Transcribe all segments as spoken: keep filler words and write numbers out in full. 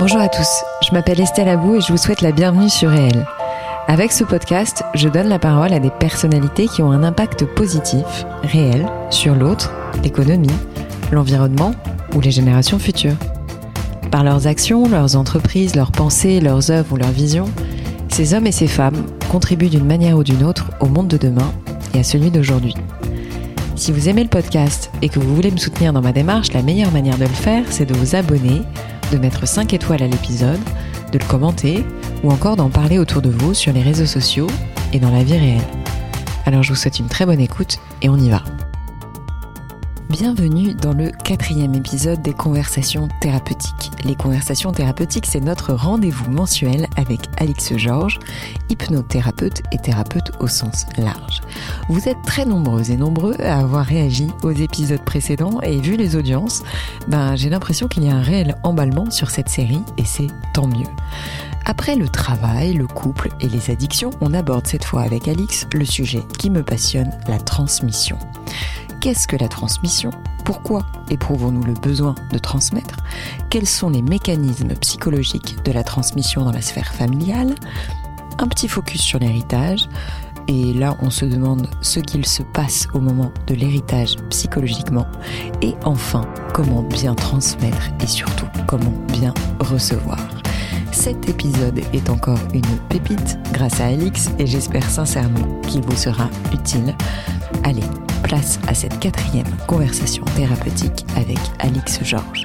Bonjour à tous, je m'appelle Estelle Abou et je vous souhaite la bienvenue sur Réel. Avec ce podcast, je donne la parole à des personnalités qui ont un impact positif, réel, sur l'autre, l'économie, l'environnement ou les générations futures. Par leurs actions, leurs entreprises, leurs pensées, leurs œuvres ou leurs visions, ces hommes et ces femmes contribuent d'une manière ou d'une autre au monde de demain et à celui d'aujourd'hui. Si vous aimez le podcast et que vous voulez me soutenir dans ma démarche, la meilleure manière de le faire, c'est de vous abonner, de mettre cinq étoiles à l'épisode, de le commenter ou encore d'en parler autour de vous sur les réseaux sociaux et dans la vie réelle. Alors je vous souhaite une très bonne écoute et on y va. Bienvenue dans le quatrième épisode des Conversations thérapeutiques. Les Conversations thérapeutiques, c'est notre rendez-vous mensuel avec Alix Georges, hypnothérapeute et thérapeute au sens large. Vous êtes très nombreuses et nombreux à avoir réagi aux épisodes précédents et vu les audiences, ben, j'ai l'impression qu'il y a un réel emballement sur cette série et c'est tant mieux. Après le travail, le couple et les addictions, on aborde cette fois avec Alix le sujet qui me passionne, la transmission. Qu'est-ce que la transmission ? Pourquoi éprouvons-nous le besoin de transmettre ? Quels sont les mécanismes psychologiques de la transmission dans la sphère familiale ? Un petit focus sur l'héritage. Et là, on se demande ce qu'il se passe au moment de l'héritage psychologiquement. Et enfin, comment bien transmettre et surtout, comment bien recevoir. Cet épisode est encore une pépite grâce à Alix et j'espère sincèrement qu'il vous sera utile. Allez, place à cette quatrième conversation thérapeutique avec Alix Georges.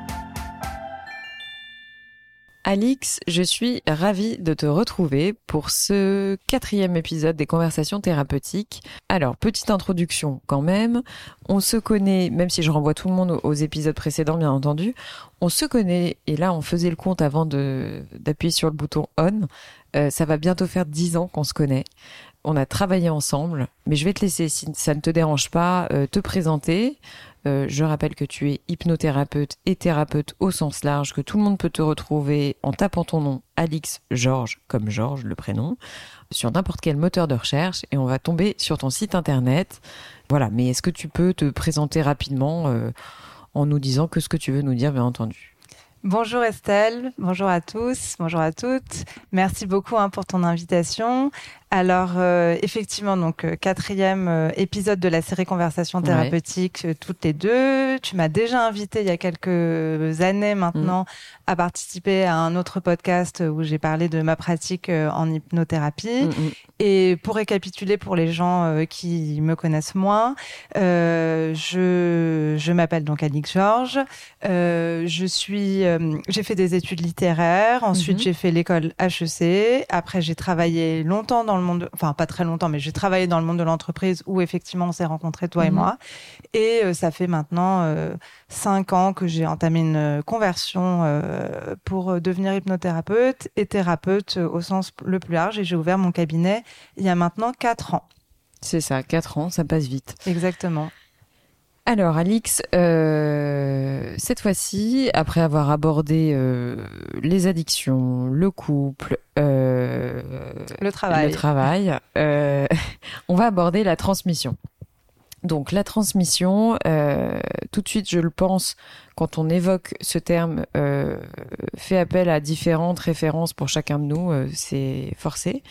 Alix, je suis ravie de te retrouver pour ce quatrième épisode des Conversations thérapeutiques. Alors, petite introduction quand même. On se connaît, même si je renvoie tout le monde aux épisodes précédents, bien entendu, on se connaît, et là on faisait le compte avant de, d'appuyer sur le bouton on. Euh, ça va bientôt faire dix ans qu'on se connaît. On a travaillé ensemble, mais je vais te laisser, si ça ne te dérange pas, euh, te présenter. Euh, je rappelle que tu es hypnothérapeute et thérapeute au sens large, que tout le monde peut te retrouver en tapant ton nom, Alix Georges, comme Georges, le prénom, sur n'importe quel moteur de recherche, et on va tomber sur ton site internet. Voilà, mais est-ce que tu peux te présenter rapidement euh, en nous disant que ce que tu veux nous dire, bien entendu ? Bonjour Estelle, bonjour à tous, bonjour à toutes. Merci beaucoup hein, pour ton invitation. Alors euh, effectivement, donc euh, quatrième euh, épisode de la série Conversations thérapeutiques, ouais. euh, toutes les deux. Tu m'as déjà invité il y a quelques années maintenant mmh. à participer à un autre podcast où j'ai parlé de ma pratique euh, en hypnothérapie. Mmh. Et pour récapituler pour les gens euh, qui me connaissent moins, euh, je je m'appelle donc Alix Georges. Euh, je suis, euh, j'ai fait des études littéraires. Ensuite, mmh. j'ai fait l'école H E C. Après, j'ai travaillé longtemps dans le monde, de... enfin pas très longtemps, mais j'ai travaillé dans le monde de l'entreprise où effectivement on s'est rencontrés toi mmh. et moi. Et euh, ça fait maintenant euh, cinq ans que j'ai entamé une conversion euh, pour devenir hypnothérapeute et thérapeute au sens le plus large. Et j'ai ouvert mon cabinet il y a maintenant quatre ans. C'est ça, quatre ans, ça passe vite. Exactement. Alors Alix, euh, cette fois-ci, après avoir abordé euh, les addictions, le couple, euh, le travail, le travail euh, on va aborder la transmission. Donc la transmission, euh, tout de suite, je le pense, quand on évoque ce terme, euh, fait appel à différentes références pour chacun de nous, euh, c'est forcé.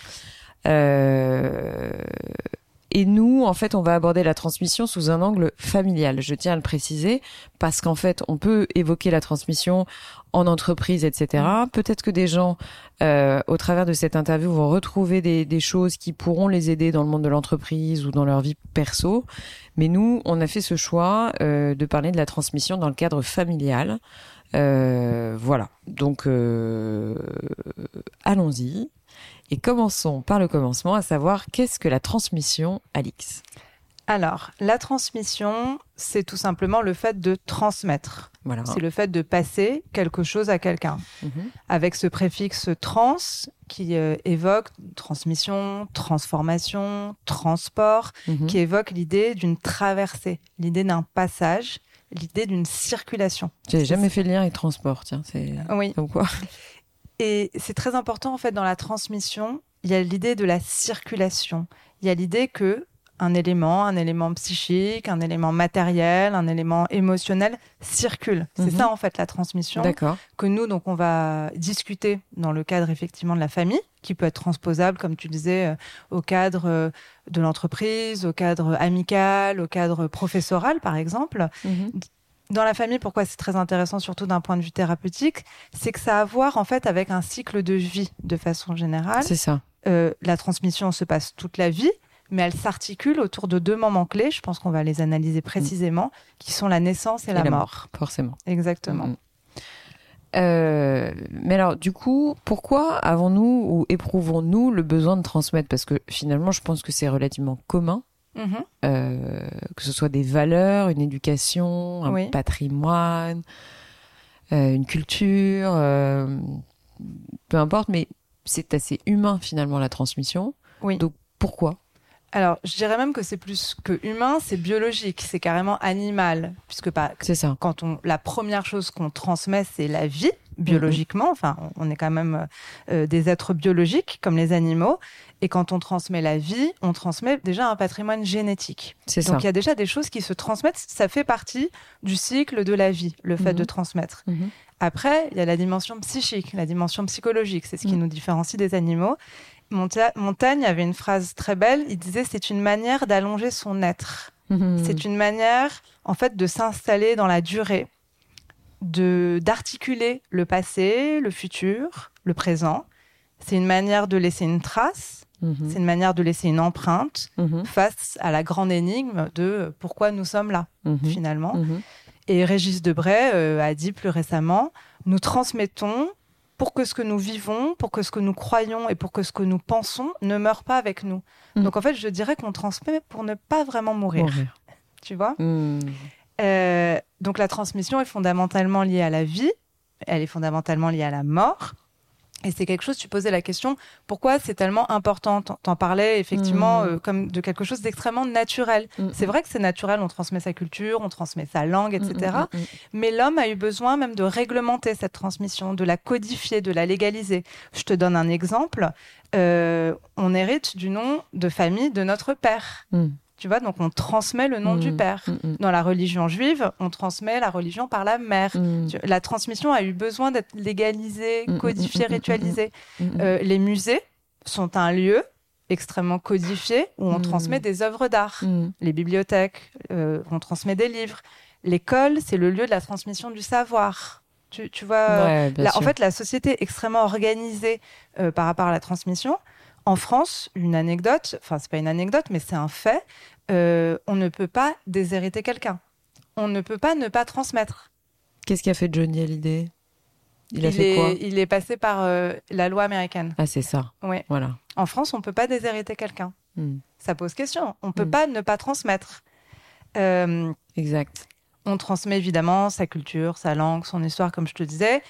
Euh, Et nous, en fait, on va aborder la transmission sous un angle familial. Je tiens à le préciser parce qu'en fait, on peut évoquer la transmission en entreprise, et cetera. Peut-être que des gens, euh, au travers de cette interview, vont retrouver des, des choses qui pourront les aider dans le monde de l'entreprise ou dans leur vie perso. Mais nous, on a fait ce choix euh, de parler de la transmission dans le cadre familial. Euh, voilà. Donc, euh, allons-y. Et commençons par le commencement, à savoir qu'est-ce que la transmission, Alix ? Alors, la transmission, c'est tout simplement le fait de transmettre. Voilà. C'est le fait de passer quelque chose à quelqu'un. Mmh. Avec ce préfixe trans qui euh, évoque transmission, transformation, transport, mmh. qui évoque l'idée d'une traversée, l'idée d'un passage, l'idée d'une circulation. J'ai jamais fait le lien avec transport, tiens, c'est oui. comme quoi. Et c'est très important, en fait, dans la transmission, il y a l'idée de la circulation. Il y a l'idée que un élément, un élément psychique, un élément matériel, un élément émotionnel circule. C'est mmh. ça en fait la transmission. D'accord. Que nous donc on va discuter dans le cadre effectivement de la famille, qui peut être transposable comme tu disais euh, au cadre euh, de l'entreprise, au cadre amical, au cadre professoral par exemple. Mmh. Dans la famille, pourquoi c'est très intéressant, surtout d'un point de vue thérapeutique, c'est que ça a à voir en fait avec un cycle de vie de façon générale. C'est ça. Euh, la transmission se passe toute la vie, mais elle s'articule autour de deux moments clés, je pense qu'on va les analyser précisément, mmh. qui sont la naissance et, et la, la mort. mort. Forcément. Exactement. Mmh. Euh, mais alors, du coup, pourquoi avons-nous ou éprouvons-nous le besoin de transmettre ? Parce que finalement, je pense que c'est relativement commun, mmh. euh, que ce soit des valeurs, une éducation, un oui. patrimoine, euh, une culture, euh, peu importe, mais c'est assez humain finalement la transmission. Oui. Donc pourquoi ? Alors, je dirais même que c'est plus que humain, c'est biologique, c'est carrément animal, puisque pas, c'est ça. Quand on, la première chose qu'on transmet, c'est la vie, biologiquement. Mm-hmm. Enfin, on est quand même euh, des êtres biologiques, comme les animaux. Et quand on transmet la vie, on transmet déjà un patrimoine génétique. C'est Donc, ça. il y a déjà des choses qui se transmettent. Ça fait partie du cycle de la vie, le fait mm-hmm. de transmettre. Mm-hmm. Après, il y a la dimension psychique, la dimension psychologique. C'est ce qui mm-hmm. nous différencie des animaux. Monta- Montaigne avait une phrase très belle. Il disait « c'est une manière d'allonger son être mmh. ». C'est une manière, en fait, de s'installer dans la durée, de, d'articuler le passé, le futur, le présent. C'est une manière de laisser une trace. Mmh. C'est une manière de laisser une empreinte mmh. face à la grande énigme de pourquoi nous sommes là, mmh. finalement. Mmh. Et Régis Debray euh, a dit plus récemment « nous transmettons » pour que ce que nous vivons, pour que ce que nous croyons et pour que ce que nous pensons ne meure pas avec nous. Mmh. Donc en fait, je dirais qu'on transmet pour ne pas vraiment mourir. mourir. Tu vois ? mmh. euh, Donc la transmission est fondamentalement liée à la vie, elle est fondamentalement liée à la mort. Et c'est quelque chose, tu posais la question, pourquoi c'est tellement important ? T'en, t'en parlais effectivement mmh. euh, comme de quelque chose d'extrêmement naturel. Mmh. C'est vrai que c'est naturel, on transmet sa culture, on transmet sa langue, et cetera. Mmh, mmh, mmh. Mais l'homme a eu besoin même de réglementer cette transmission, de la codifier, de la légaliser. Je te donne un exemple. Euh, on hérite du nom de famille de notre père. Mmh. Tu vois, donc on transmet le nom mmh, du père. Mmh, Dans la religion juive, on transmet la religion par la mère. Mmh. La transmission a eu besoin d'être légalisée, codifiée, mmh, ritualisée. Mmh, euh, les musées sont un lieu extrêmement codifié où on mmh. transmet des œuvres d'art. Mmh. Les bibliothèques, euh, on transmet des livres. L'école, c'est le lieu de la transmission du savoir. Tu, tu vois, ouais, là, en fait, la société est extrêmement organisée euh, par rapport à la transmission. En France, une anecdote, enfin, c'est pas une anecdote, mais c'est un fait, euh, on ne peut pas déshériter quelqu'un. On ne peut pas ne pas transmettre. Qu'est-ce qu'a fait Johnny Hallyday ? Il a il fait est, quoi ? Il est passé par euh, la loi américaine. Ah, c'est ça. Oui. Voilà. En France, on ne peut pas déshériter quelqu'un. Mm. Ça pose question. On ne peut mm. pas ne pas transmettre. Euh, exact. On transmet évidemment sa culture, sa langue, son histoire, comme je te disais.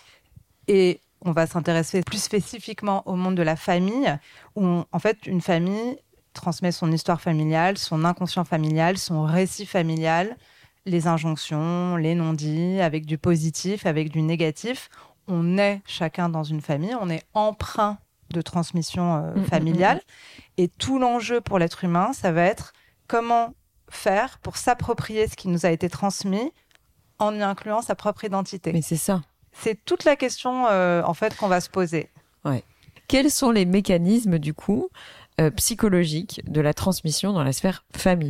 Et on va s'intéresser plus spécifiquement au monde de la famille, où, on, en fait, une famille transmet son histoire familiale, son inconscient familial, son récit familial, les injonctions, les non-dits, avec du positif, avec du négatif. On est chacun dans une famille, on est empreint de transmission euh, mmh, familiale. Mmh, mmh. Et tout l'enjeu pour l'être humain, ça va être comment faire pour s'approprier ce qui nous a été transmis en y incluant sa propre identité. Mais c'est ça. C'est toute la question euh, en fait qu'on va se poser. Ouais. Quels sont les mécanismes du coup euh, psychologiques de la transmission dans la sphère familiale ?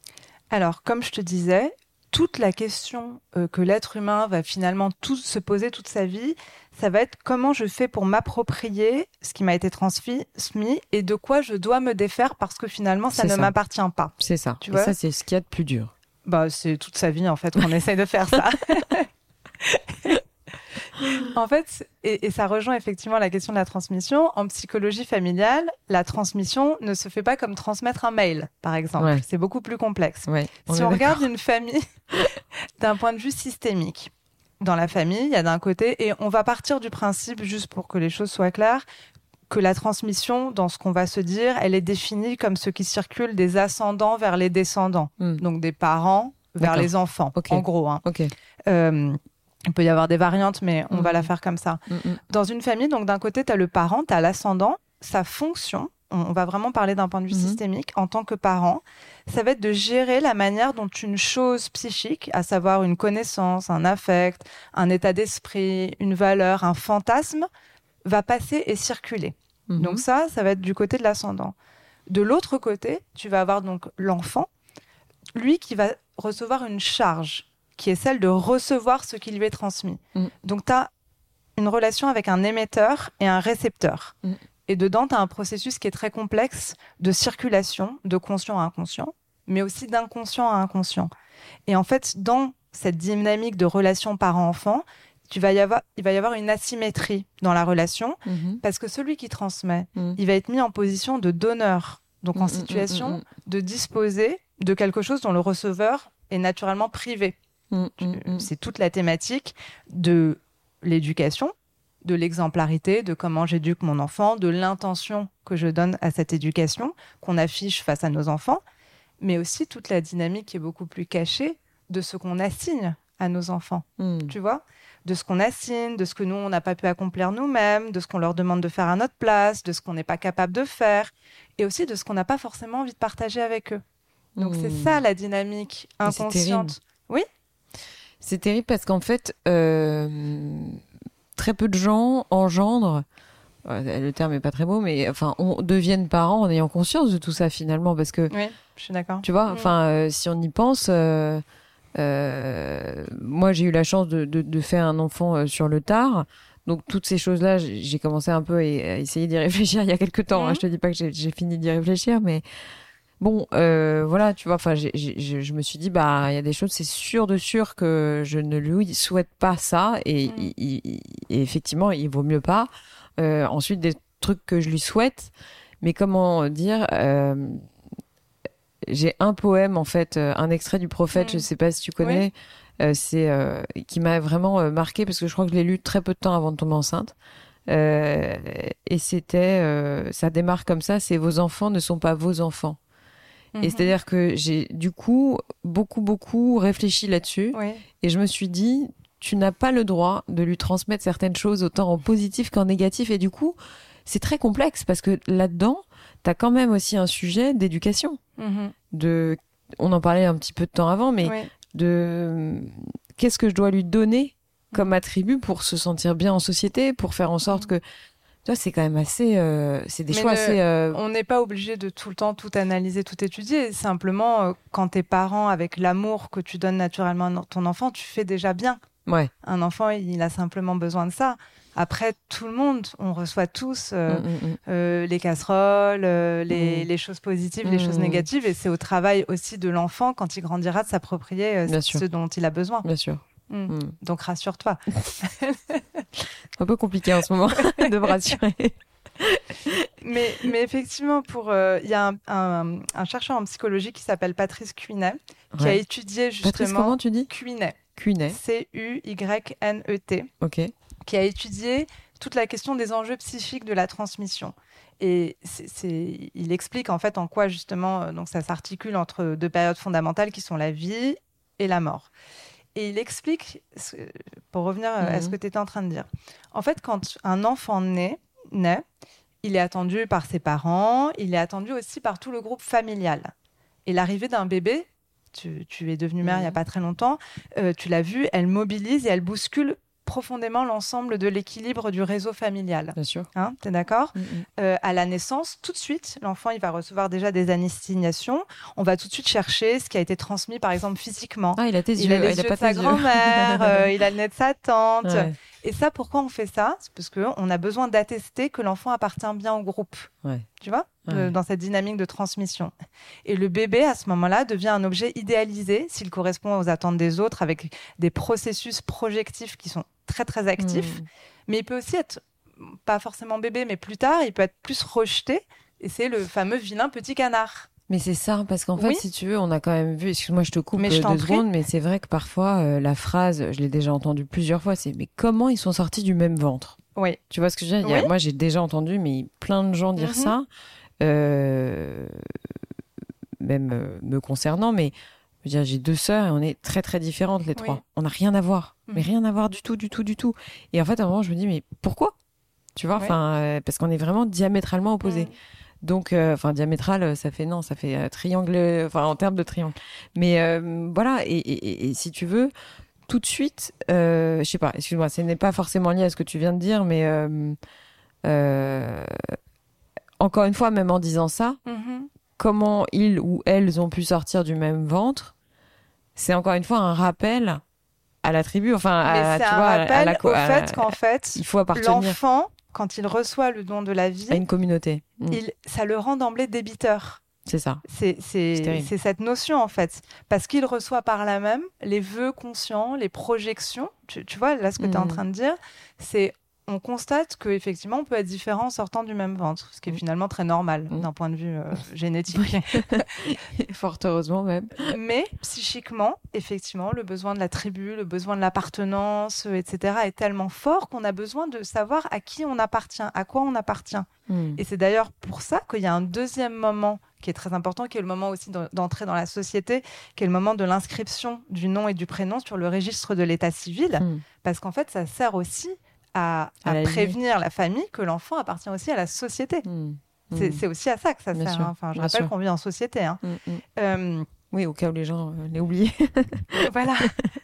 Alors, comme je te disais, toute la question euh, que l'être humain va finalement tout se poser toute sa vie, ça va être comment je fais pour m'approprier ce qui m'a été transmis et de quoi je dois me défaire parce que finalement ça c'est ne ça. m'appartient pas. C'est ça. Tu et vois ça, c'est ce qu'il y a de plus dur. Bah, c'est toute sa vie en fait qu'on essaye de faire ça. En fait, et, et ça rejoint effectivement la question de la transmission. En psychologie familiale, la transmission ne se fait pas comme transmettre un mail, par exemple. Ouais. C'est beaucoup plus complexe. Ouais, on si on regarde une famille d'un point de vue systémique, dans la famille, il y a d'un côté, et on va partir du principe, juste pour que les choses soient claires, que la transmission, dans ce qu'on va se dire, elle est définie comme ce qui circule des ascendants vers les descendants. Mm. Donc des parents vers D'accord. les enfants, okay. en gros. Hein. Okay. Euh, il peut y avoir des variantes, mais on mmh. va la faire comme ça. Mmh. Dans une famille, donc d'un côté, tu as le parent, tu as l'ascendant. Sa fonction, on, on va vraiment parler d'un point de vue mmh. systémique, en tant que parent, ça va être de gérer la manière dont une chose psychique, à savoir une connaissance, un affect, un état d'esprit, une valeur, un fantasme, va passer et circuler. Mmh. Donc ça, ça va être du côté de l'ascendant. De l'autre côté, tu vas avoir donc l'enfant, lui qui va recevoir une charge, qui est celle de recevoir ce qui lui est transmis. Mmh. Donc tu as une relation avec un émetteur et un récepteur. Mmh. Et dedans, tu as un processus qui est très complexe de circulation, de conscient à inconscient, mais aussi d'inconscient à inconscient. Et en fait, dans cette dynamique de relation parent-enfant, tu vas y avoir, il va y avoir une asymétrie dans la relation, mmh. parce que celui qui transmet, mmh. il va être mis en position de donneur, donc en mmh, situation mmh, mmh. de disposer de quelque chose dont le receveur est naturellement privé. Mmh, mmh. C'est toute la thématique de l'éducation, de l'exemplarité, de comment j'éduque mon enfant, de l'intention que je donne à cette éducation, qu'on affiche face à nos enfants, mais aussi toute la dynamique qui est beaucoup plus cachée de ce qu'on assigne à nos enfants, mmh. tu vois, de ce qu'on assigne, de ce que nous, on n'a pas pu accomplir nous-mêmes, de ce qu'on leur demande de faire à notre place, de ce qu'on n'est pas capable de faire, et aussi de ce qu'on n'a pas forcément envie de partager avec eux. Donc, mmh. c'est ça la dynamique inconsciente. Oui ? C'est terrible parce qu'en fait, euh, très peu de gens engendrent, le terme est pas très beau, mais enfin, on deviennent parents en ayant conscience de tout ça finalement, parce que, oui, je suis d'accord. Tu vois, enfin, mmh. euh, si on y pense, euh, euh, moi j'ai eu la chance de, de, de faire un enfant euh, sur le tard, donc toutes ces choses-là, j'ai, j'ai commencé un peu à, à essayer d'y réfléchir il y a quelques temps. Mmh. Hein, je te dis pas que j'ai, j'ai fini d'y réfléchir, mais bon, euh, voilà, tu vois, enfin, j'ai, j'ai, je me suis dit, bah, il y a des choses, c'est sûr de sûr que je ne lui souhaite pas ça, et, mmh. il, il, et effectivement, il vaut mieux pas. Euh, ensuite, des trucs que je lui souhaite, mais comment dire, euh, j'ai un poème, en fait, un extrait du Prophète, mmh. je sais pas si tu connais, oui. euh, c'est, euh, qui m'a vraiment euh, marqué, parce que je crois que je l'ai lu très peu de temps avant de tomber enceinte. Euh, et c'était, euh, ça démarre comme ça, c'est « Vos enfants ne sont pas vos enfants ». Et c'est-à-dire que j'ai, du coup, beaucoup, beaucoup réfléchi là-dessus. Oui. Et je me suis dit, tu n'as pas le droit de lui transmettre certaines choses autant en positif qu'en négatif. Et du coup, c'est très complexe parce que là-dedans, tu as quand même aussi un sujet d'éducation. Mm-hmm. De, on en parlait un petit peu de temps avant, mais oui. de qu'est-ce que je dois lui donner comme attribut pour se sentir bien en société, pour faire en sorte mm-hmm. que... Tu vois, c'est quand même assez... Euh, c'est des Mais choix le, assez... Euh... On n'est pas obligé de tout le temps tout analyser, tout étudier. Simplement, euh, quand t'es parent, avec l'amour que tu donnes naturellement à ton enfant, tu fais déjà bien. Ouais. Un enfant, il a simplement besoin de ça. Après, tout le monde, on reçoit tous euh, mmh, mmh. Euh, les casseroles, euh, les, mmh. les choses positives, mmh. les choses négatives. Et c'est au travail aussi de l'enfant, quand il grandira, de s'approprier euh, ce sûr. dont il a besoin. Bien sûr. Mmh. Mmh. Donc, rassure-toi. Un peu compliqué en ce moment de me rassurer. mais, mais effectivement, pour il euh, y a un, un, un chercheur en psychologie qui s'appelle Patrice Cuinet, qui ouais. a étudié justement... Patrice, comment tu dis ? Cuinet. Cuinet. C U Y N E T. Ok. Qui a étudié toute la question des enjeux psychiques de la transmission. Et c'est, c'est, il explique en fait en quoi justement donc ça s'articule entre deux périodes fondamentales qui sont la vie et la mort. Et il explique, pour revenir mmh. à ce que tu étais en train de dire, en fait, quand un enfant naît, naît, il est attendu par ses parents, il est attendu aussi par tout le groupe familial. Et l'arrivée d'un bébé, tu, tu es devenue mère mmh. il n'y a pas très longtemps, euh, tu l'as vu, elle mobilise et elle bouscule profondément l'ensemble de l'équilibre du réseau familial. Bien sûr. Hein, t'es d'accord ? mmh. euh, À la naissance, tout de suite, l'enfant il va recevoir déjà des anesthésiations. On va tout de suite chercher ce qui a été transmis, par exemple, physiquement. Ah, il a tes il yeux. A les il yeux a pas de sa tes grand-mère, euh, il a le nez de sa tante. Ouais. Et ça, pourquoi on fait ça ? C'est parce qu'on a besoin d'attester que l'enfant appartient bien au groupe. Ouais. Tu vois ? Ouais. euh, Dans cette dynamique de transmission. Et le bébé, à ce moment-là, devient un objet idéalisé s'il correspond aux attentes des autres, avec des processus projectifs qui sont très, très actifs. Mmh. Mais il peut aussi être, pas forcément bébé, mais plus tard, il peut être plus rejeté. Et c'est le fameux vilain petit canard. Mais c'est ça, parce qu'en fait, oui. si tu veux, on a quand même vu, excuse-moi, je te coupe mais je deux secondes, mais c'est vrai que parfois, euh, la phrase, je l'ai déjà entendue plusieurs fois, c'est « mais comment ils sont sortis du même ventre ?» Oui. Tu vois ce que je veux dire ? Oui. Moi, j'ai déjà entendu, mais plein de gens dire mm-hmm. ça, euh, même euh, me concernant, mais je veux dire, j'ai deux sœurs et on est très, très différentes, les trois. Oui. On n'a rien à voir, mm-hmm. mais rien à voir du tout, du tout, du tout. Et en fait, à un moment, je me dis « mais pourquoi ?» Tu vois, enfin, oui. euh, parce qu'on est vraiment diamétralement opposés. Mm. Donc, enfin, euh, diamétral, ça fait non, ça fait euh, triangle, enfin, en termes de triangle. Mais euh, voilà, et, et, et, et si tu veux, tout de suite, euh, je sais pas, excuse-moi, ce n'est pas forcément lié à ce que tu viens de dire, mais euh, euh, encore une fois, même en disant ça, mm-hmm. comment ils ou elles ont pu sortir du même ventre, c'est encore une fois un rappel à la tribu, enfin, à, mais c'est tu un vois, rappel à la, au à, fait qu'en fait, il faut appartenir. L'enfant, quand il reçoit le don de la vie, à une communauté, mm. il, ça le rend d'emblée débiteur. C'est ça. C'est, c'est, c'est cette notion, en fait. Parce qu'il reçoit par là même les vœux conscients, les projections. Tu, tu vois, là, ce que mmh. tu es en train de dire, c'est on constate qu'effectivement, on peut être différent en sortant du même ventre, ce qui est mmh. finalement très normal mmh. d'un point de vue euh, génétique. Fort heureusement même. Mais psychiquement, effectivement, le besoin de la tribu, le besoin de l'appartenance, et cetera, est tellement fort qu'on a besoin de savoir à qui on appartient, à quoi on appartient. Mmh. Et c'est d'ailleurs pour ça qu'il y a un deuxième moment qui est très important, qui est le moment aussi d'entrer dans la société, qui est le moment de l'inscription du nom et du prénom sur le registre de l'état civil, mmh. parce qu'en fait, ça sert aussi à, à, à la prévenir la famille que l'enfant appartient aussi à la société. Mmh. C'est, mmh. c'est aussi à ça que ça bien sert. Sûr, hein. Enfin, je bien rappelle sûr. qu'on vit en société. Hein. Mmh. Euh, oui, au cas où les gens euh, l'aient oublié. Voilà.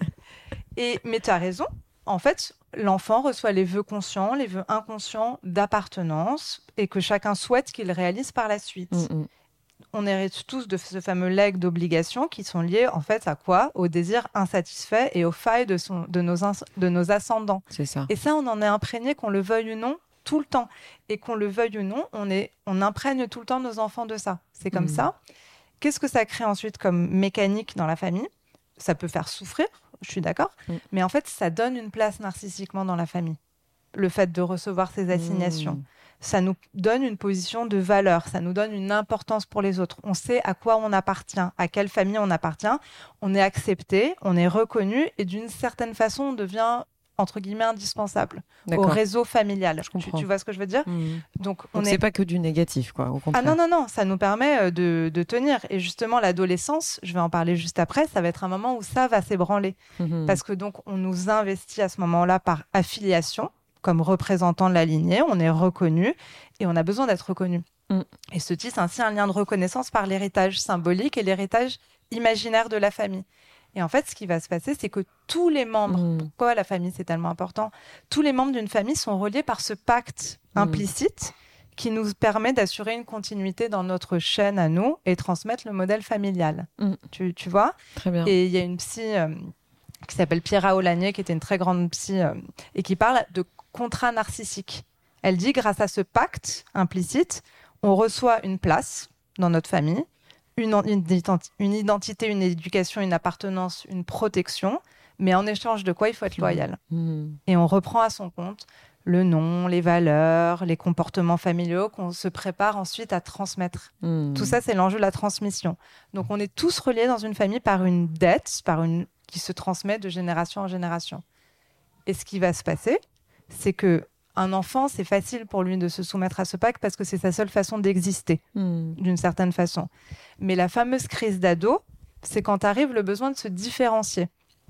Et, mais tu as raison. En fait, l'enfant reçoit les vœux conscients, les vœux inconscients d'appartenance et que chacun souhaite qu'il réalise par la suite. Mmh. On hérite tous de ce fameux legs d'obligations qui sont liés en fait à quoi ? Au désir insatisfait et aux failles de, son, de, nos, ins, de nos ascendants. C'est ça. Et ça, on en est imprégné, qu'on le veuille ou non, tout le temps. Et qu'on le veuille ou non, on, est, on imprègne tout le temps nos enfants de ça. C'est comme mmh. ça. Qu'est-ce que ça crée ensuite comme mécanique dans la famille ? Ça peut faire souffrir, je suis d'accord, mmh. mais en fait, ça donne une place narcissiquement dans la famille. Le fait de recevoir ces assignations. Mmh. Ça nous donne une position de valeur, ça nous donne une importance pour les autres. On sait à quoi on appartient, à quelle famille on appartient. On est accepté, on est reconnu et d'une certaine façon, on devient, entre guillemets, indispensable D'accord. au réseau familial. Je comprends. Tu, tu vois ce que je veux dire ? mmh. Donc, on Donc est... c'est pas que du négatif, quoi, au contraire. Ah non, non, non, ça nous permet de, de tenir. Et justement, l'adolescence, je vais en parler juste après, ça va être un moment où ça va s'ébranler. Mmh. Parce que donc, on nous investit à ce moment-là par affiliation, comme représentant de la lignée, on est reconnu et on a besoin d'être reconnu. Mm. Et se tisse ainsi un lien de reconnaissance par l'héritage symbolique et l'héritage imaginaire de la famille. Et en fait, ce qui va se passer, c'est que tous les membres, mm. pourquoi la famille c'est tellement important, tous les membres d'une famille sont reliés par ce pacte mm. implicite qui nous permet d'assurer une continuité dans notre chaîne à nous et transmettre le modèle familial. Mm. Tu, tu vois ? Très bien. Et il y a une psy euh, qui s'appelle Pierra Olanier, qui était une très grande psy, euh, et qui parle de contrat narcissique. Elle dit, grâce à ce pacte implicite, on reçoit une place dans notre famille, une, une, une identité, une éducation, une appartenance, une protection, mais en échange de quoi il faut être loyal. Mmh. Et on reprend à son compte le nom, les valeurs, les comportements familiaux qu'on se prépare ensuite à transmettre. Mmh. Tout ça, c'est l'enjeu de la transmission. Donc, on est tous reliés dans une famille par une dette, par une... qui se transmet de génération en génération. Et ce qui va se passer, c'est qu'un enfant, c'est facile pour lui de se soumettre à ce pacte parce que c'est sa seule façon d'exister, mmh. d'une certaine façon. Mais la fameuse crise d'ado, c'est quand arrive le besoin de se différencier.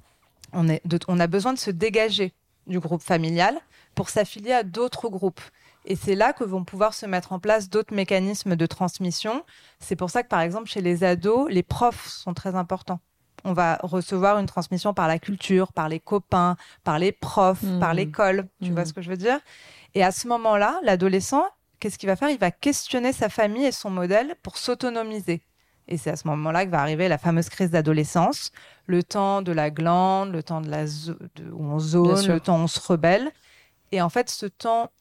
On, est de, on a besoin de se dégager du groupe familial pour s'affilier à d'autres groupes. Et c'est là que vont pouvoir se mettre en place d'autres mécanismes de transmission. C'est pour ça que, par exemple, chez les ados, les profs sont très importants. On va recevoir une transmission par la culture, par les copains, par les profs, mmh. par l'école. Tu mmh. vois ce que je veux dire ? Et à ce moment-là, l'adolescent, qu'est-ce qu'il va faire ? Il va questionner sa famille et son modèle pour s'autonomiser. Et c'est à ce moment-là que va arriver la fameuse crise d'adolescence, le temps de la glande, le temps de la zo- de, où on zone, le temps où on se rebelle. Et en fait, ce temps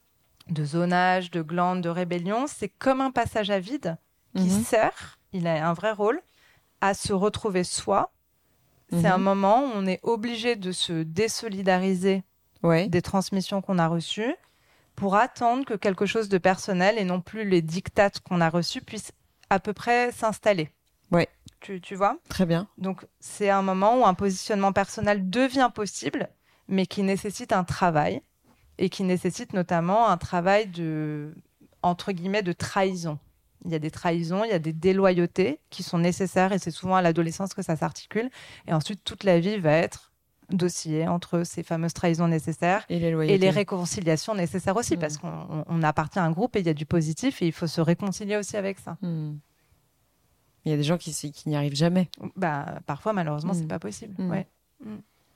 de zonage, de glande, de rébellion, c'est comme un passage à vide qui mmh. sert, il a un vrai rôle, à se retrouver soi. C'est mmh. un moment où on est obligé de se désolidariser ouais. des transmissions qu'on a reçues pour attendre que quelque chose de personnel et non plus les dictates qu'on a reçus puissent à peu près s'installer. Ouais. Tu, tu vois ? Très bien. Donc, c'est un moment où un positionnement personnel devient possible, mais qui nécessite un travail et qui nécessite notamment un travail de, entre guillemets, de trahison. Il y a des trahisons, il y a des déloyautés qui sont nécessaires et c'est souvent à l'adolescence que ça s'articule. Et ensuite, toute la vie va être d'osciller entre ces fameuses trahisons nécessaires et les, loyautés. Et les réconciliations nécessaires aussi, mmh. parce qu'on on appartient à un groupe et il y a du positif et il faut se réconcilier aussi avec ça. Mmh. Il y a des gens qui, qui n'y arrivent jamais. Bah, parfois, malheureusement, mmh. c'est pas possible. Mmh. Ouais. Mmh.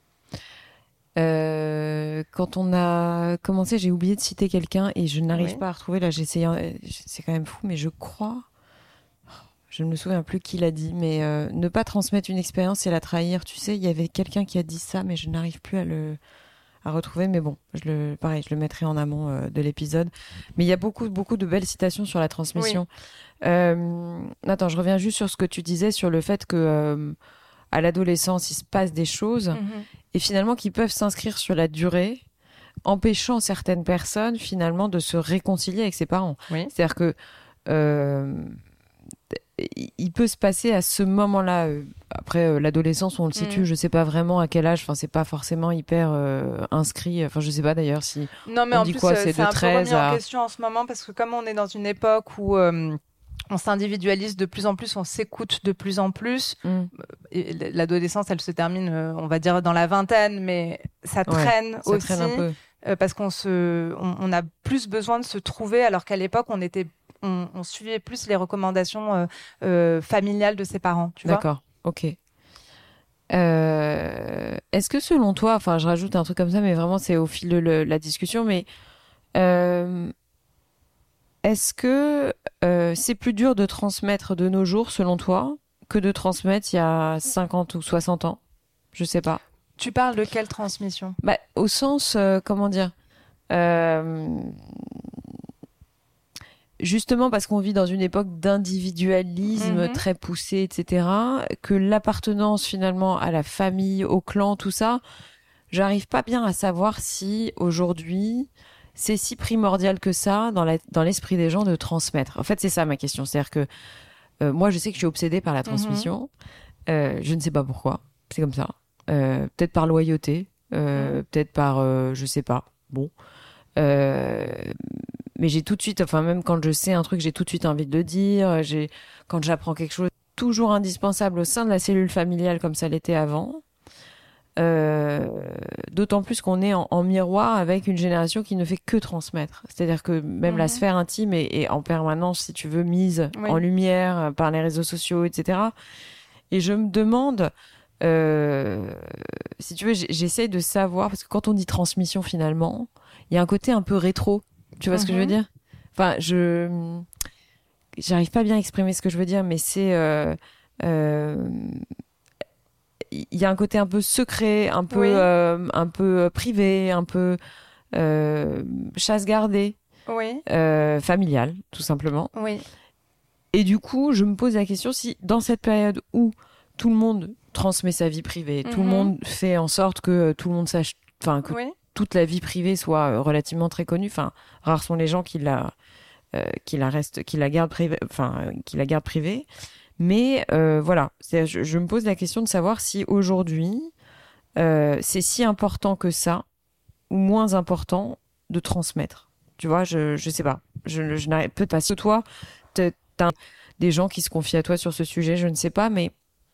Euh, quand on a commencé, j'ai oublié de citer quelqu'un et je n'arrive oui. pas à retrouver. Là, j'ai essayé, c'est quand même fou, mais je crois, je ne me souviens plus qui l'a dit, mais euh, ne pas transmettre une expérience, c'est la trahir. Tu sais, il y avait quelqu'un qui a dit ça, mais je n'arrive plus à le à retrouver. Mais bon, je le, pareil, je le mettrai en amont euh, de l'épisode. Mais il y a beaucoup, beaucoup de belles citations sur la transmission. Oui. Euh, attends, je reviens juste sur ce que tu disais sur le fait que euh, à l'adolescence, il se passe des choses mm-hmm. et finalement qui peuvent s'inscrire sur la durée, empêchant certaines personnes finalement de se réconcilier avec ses parents. Oui. C'est-à-dire que euh, il peut se passer à ce moment-là, euh, après euh, l'adolescence, on le situe, mmh. je sais pas vraiment à quel âge, enfin c'est pas forcément hyper euh, inscrit, enfin je sais pas d'ailleurs si non, mais on en dit plus, quoi, euh, c'est, c'est de un treize peu remis à... en question en ce moment parce que comme on est dans une époque où euh, on s'individualise de plus en plus, on s'écoute de plus en plus, mmh. et l'adolescence elle se termine, euh, on va dire dans la vingtaine, mais ça traîne ouais, ça aussi traîne un peu. Euh, parce qu'on se, on, on a plus besoin de se trouver alors qu'à l'époque on était On, on suivait plus les recommandations euh, euh, familiales de ses parents, tu vois. D'accord, ok. Euh, est-ce que selon toi, enfin je rajoute un truc comme ça, mais vraiment c'est au fil de le, la discussion, mais euh, est-ce que euh, c'est plus dur de transmettre de nos jours, selon toi, que de transmettre il y a cinquante ou soixante ans ? Je sais pas. Tu parles de quelle transmission ? Bah, au sens, euh, comment dire euh, justement parce qu'on vit dans une époque d'individualisme mmh. très poussé, et cetera, que l'appartenance finalement à la famille, au clan, tout ça, j'arrive pas bien à savoir si aujourd'hui c'est si primordial que ça dans, la, dans l'esprit des gens de transmettre. En fait, c'est ça ma question. C'est-à-dire que euh, moi, je sais que je suis obsédée par la transmission. Mmh. Euh, je ne sais pas pourquoi. C'est comme ça. Euh, peut-être par loyauté, euh, mmh. peut-être par, euh, je sais pas. Bon. Euh, mais j'ai tout de suite, enfin même quand je sais un truc, j'ai tout de suite envie de le dire. J'ai, quand j'apprends quelque chose, toujours indispensable au sein de la cellule familiale comme ça l'était avant. Euh, d'autant plus qu'on est en, en miroir avec une génération qui ne fait que transmettre. C'est-à-dire que même mmh. la sphère intime est, est en permanence, si tu veux, mise oui. en lumière par les réseaux sociaux, et cetera. Et je me demande, euh, si tu veux, j'essaye de savoir, parce que quand on dit transmission finalement, il y a un côté un peu rétro. Tu vois mmh. ce que je veux dire ? Enfin, je j'arrive pas bien à exprimer ce que je veux dire, mais c'est euh, euh, il y a un côté un peu secret, un peu, oui. euh, un peu privé, un peu euh, chasse gardée, oui. euh, familiale, tout simplement. Oui. Et du coup, je me pose la question si, dans cette période où tout le monde transmet sa vie privée, mm-hmm. tout le monde fait en sorte que tout le monde sache, enfin que oui. toute la vie privée soit relativement très connue. Enfin, rares sont les gens qui la, euh, qui la restent, qui la gardent privée, enfin, qui la gardent privée. Mais euh, voilà, c'est, je, je me pose la question de savoir si aujourd'hui, euh, c'est si important que ça, ou moins important de transmettre. Tu vois, je je sais pas. Je, je n'arrive peut-être pas. Si toi, t'as des gens qui se confient à toi sur ce sujet, je ne sais pas, mais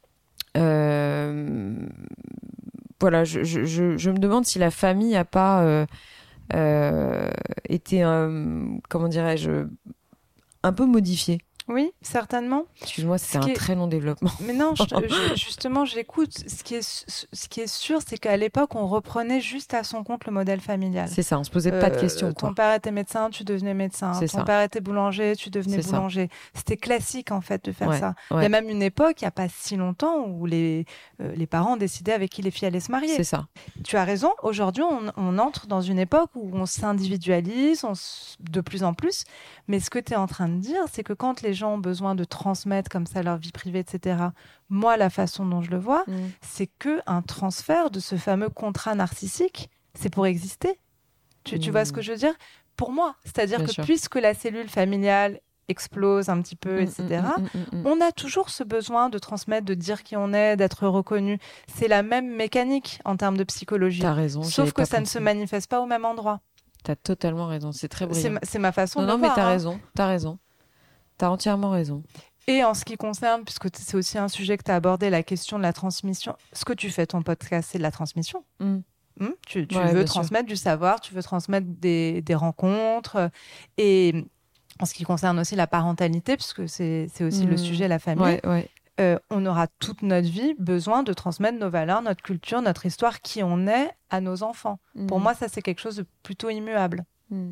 euh, voilà, je, je, je, je me demande si la famille a pas euh, euh, été, euh, comment dirais-je, un peu modifiée. Oui, certainement. Excuse-moi, c'est un est... très long développement. Mais non, je, je, justement, j'écoute. Ce qui est, ce qui est sûr, c'est qu'à l'époque, on reprenait juste à son compte le modèle familial. C'est ça, on se posait euh, pas de questions. Ton quoi. père était médecin, tu devenais médecin. C'est ton ça. père était boulanger, tu devenais c'est boulanger. Ça. C'était classique, en fait, de faire ouais, ça. Ouais. Il y a même une époque, il n'y a pas si longtemps, où les, euh, les parents décidaient avec qui les filles allaient se marier. C'est ça. Tu as raison. Aujourd'hui, on, on entre dans une époque où on s'individualise on s... de plus en plus. Mais ce que tu es en train de dire, c'est que quand les gens ont besoin de transmettre comme ça leur vie privée, et cetera. Moi, la façon dont je le vois, mmh. c'est qu'un transfert de ce fameux contrat narcissique, c'est pour exister. Tu, mmh. tu vois ce que je veux dire ? Pour moi. C'est-à-dire Bien que sûr. Puisque la cellule familiale explose un petit peu, mmh, et cetera, mmh, mmh, mmh. on a toujours ce besoin de transmettre, de dire qui on est, d'être reconnu. C'est la même mécanique en termes de psychologie. T'as raison. Sauf que ça pensé. ne se manifeste pas au même endroit. T'as totalement raison. C'est très brillant. C'est ma, c'est ma façon non, de non, le voir. Non, mais t'as hein. raison. T'as raison. T'as entièrement raison. Et en ce qui concerne, puisque c'est aussi un sujet que tu as abordé, la question de la transmission, ce que tu fais ton podcast, c'est de la transmission. Mm. Mm, tu tu ouais, veux transmettre sûr. du savoir, tu veux transmettre des, des rencontres. Et en ce qui concerne aussi la parentalité, puisque c'est, c'est aussi mmh. le sujet, la famille, ouais, ouais. Euh, on aura toute notre vie besoin de transmettre nos valeurs, notre culture, notre histoire, qui on est à nos enfants. Mmh. Pour moi, ça, c'est quelque chose de plutôt immuable. Mmh.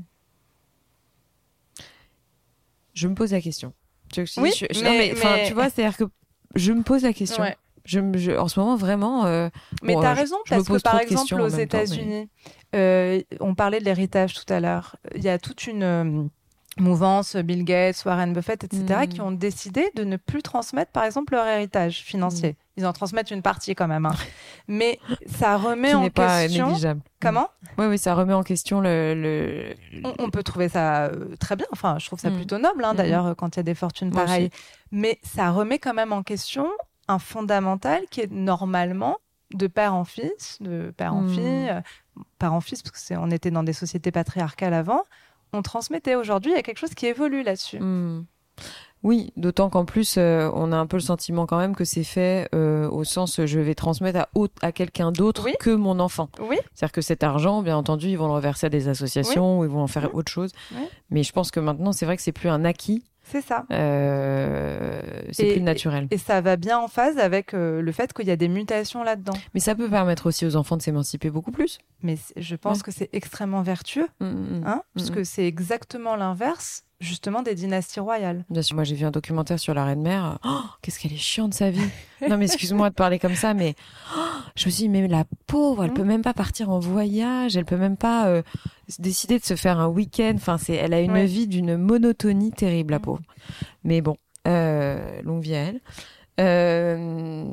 Je me pose la question. Tu oui, je, je, mais, non, mais, mais... tu vois, c'est-à-dire que je me pose la question. Ouais. Je, je, en ce moment, vraiment... Euh, mais bon, tu as euh, raison, je, parce je que, par exemple, aux États-Unis, mais... euh, on parlait de l'héritage tout à l'heure. Il y a toute une... Euh, mouvance, Bill Gates, Warren Buffett, et cetera, mmh. qui ont décidé de ne plus transmettre, par exemple, leur héritage financier. Mmh. Ils en transmettent une partie quand même, hein. Mais ça remet qui en n'est question... pas négligeable. Comment ? Oui, oui, ça remet en question le... le... On, on peut trouver ça euh, très bien. Enfin, je trouve ça mmh. plutôt noble, hein, mmh. d'ailleurs, quand il y a des fortunes Moi pareilles. Aussi. Mais ça remet quand même en question un fondamental qui est normalement de père en fils, de père en mmh. fille, euh, père en fils, parce que c'est, on était dans des sociétés patriarcales avant. On transmettait. Aujourd'hui, il y a quelque chose qui évolue là-dessus. Mmh. Oui, d'autant qu'en plus, euh, on a un peu le sentiment quand même que c'est fait euh, au sens je vais transmettre à, autre, à quelqu'un d'autre oui. que mon enfant. Oui. C'est-à-dire que cet argent, bien entendu, ils vont le reverser à des associations oui. ou ils vont en faire oui. autre chose. Oui. Mais je pense que maintenant, c'est vrai que c'est plus un acquis. C'est ça. Euh, c'est et, plus naturel. Et, et ça va bien en phase avec euh, le fait qu'il y a des mutations là-dedans. Mais ça peut permettre aussi aux enfants de s'émanciper beaucoup plus. Mais je pense ouais. que c'est extrêmement vertueux, mmh, mmh, hein, mmh. puisque c'est exactement l'inverse, justement, des dynasties royales. Bien sûr, moi j'ai vu un documentaire sur la reine mère. Oh, qu'est-ce qu'elle est chiante sa vie. Non mais excuse-moi de parler comme ça, mais oh, je me suis dit, mais la pauvre, elle mmh. peut même pas partir en voyage, elle peut même pas euh, décider de se faire un week-end. Enfin, c'est, elle a une ouais. vie d'une monotonie terrible, la pauvre. Mais bon, euh, longue vie à elle. Euh...